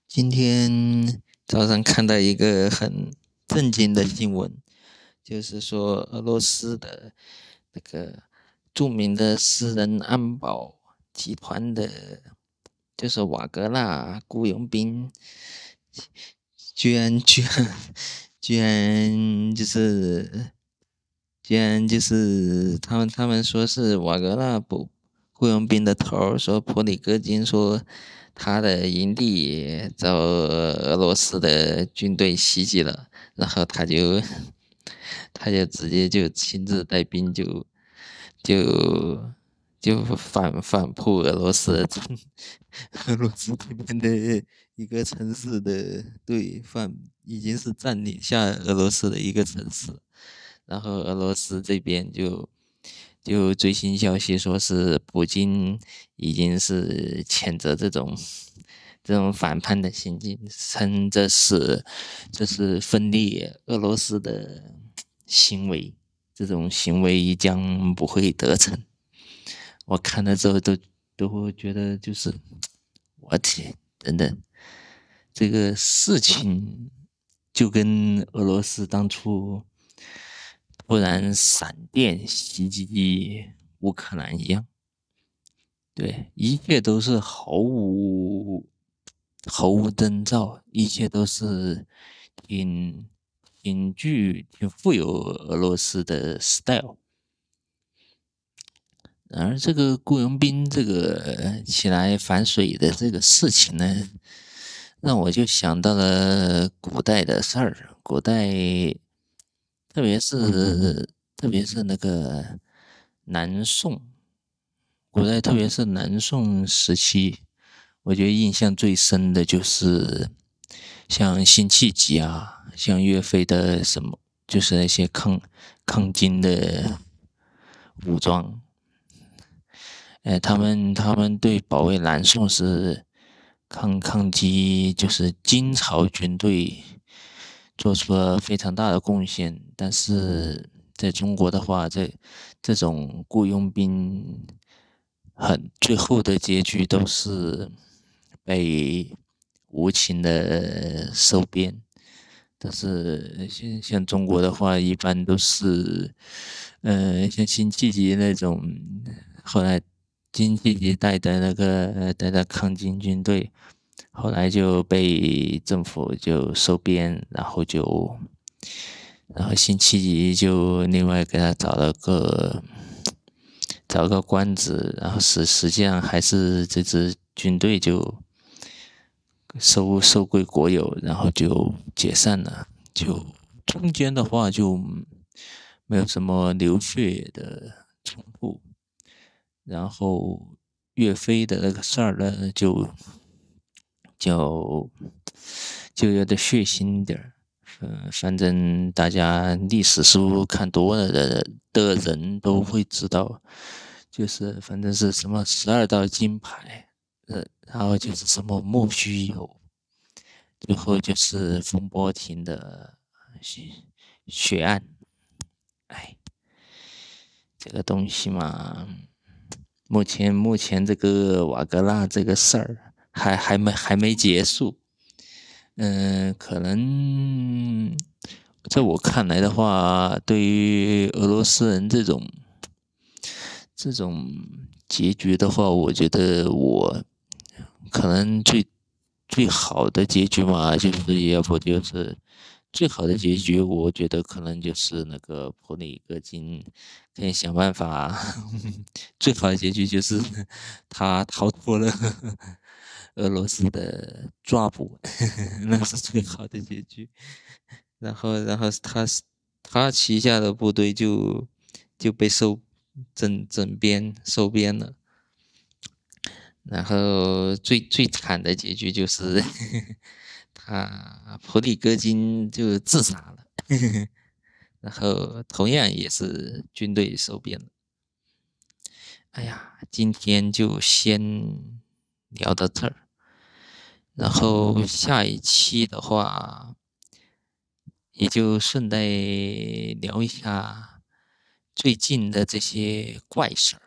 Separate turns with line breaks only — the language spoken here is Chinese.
今天早上看到一个很震惊的新闻，就是说俄罗斯的那个著名的私人安保集团的，就是瓦格纳雇佣兵，居然就是他们说是瓦格纳雇佣兵的头儿说普里戈金说他的营地遭俄罗斯的军队袭击了，然后他就直接就亲自带兵就就反扑俄罗斯，俄罗斯这边的一个城市的对已经是占领下俄罗斯的一个城市，然后俄罗斯这边就最新消息说是普京已经是谴责这种反叛的行径，称这是分裂俄罗斯的行为，这种行为将不会得逞。我看了之后都会觉得就是我天，等等，这个事情就跟俄罗斯当初突然闪电袭击乌克兰一样，对，一切都是毫无征兆，一切都是挺挺富有俄罗斯的 style。然而，这个雇佣兵这个起来反水的这个事情呢，让我就想到了古代的事儿。古代，特别是那个南宋，古代特别是南宋时期，我觉得印象最深的就是像辛弃疾啊，像岳飞的什么，就是那些抗金的武装。他们对保卫南宋是抗击，就是金朝军队做出了非常大的贡献。但是在中国的话，这种雇佣兵最后的结局都是被无情的收编。但是像中国的话，一般都是，像辛弃疾那种，后来辛弃疾带的抗金军队，后来就被政府就收编，然后辛弃疾就另外给他找个官职，然后实际上还是这支军队就收归国有，然后就解散了。就中间的话就没有什么流血的冲突，然后岳飞的那个事儿呢，就有点血腥一点儿。反正大家历史书看多了的人都会知道，就是反正是什么12道金牌，然后就是什么莫须有，最后就是风波亭的血案。哎，这个东西嘛，目前这个瓦格纳这个事儿还没结束。可能在我看来的话，对于俄罗斯人这种结局的话，我觉得我可能最好的结局嘛，就是要不就是最好的结局，我觉得可能就是那个普里戈金可以想办法，最好的结局就是他逃脱了俄罗斯的抓捕，那是最好的结局。然后他旗下的部队就被收编了。然后最惨的结局就是他普里戈金就自杀了，然后同样也是军队收编了。哎呀，今天就先聊到这儿，然后下一期的话，也就顺带聊一下最近的这些怪事儿。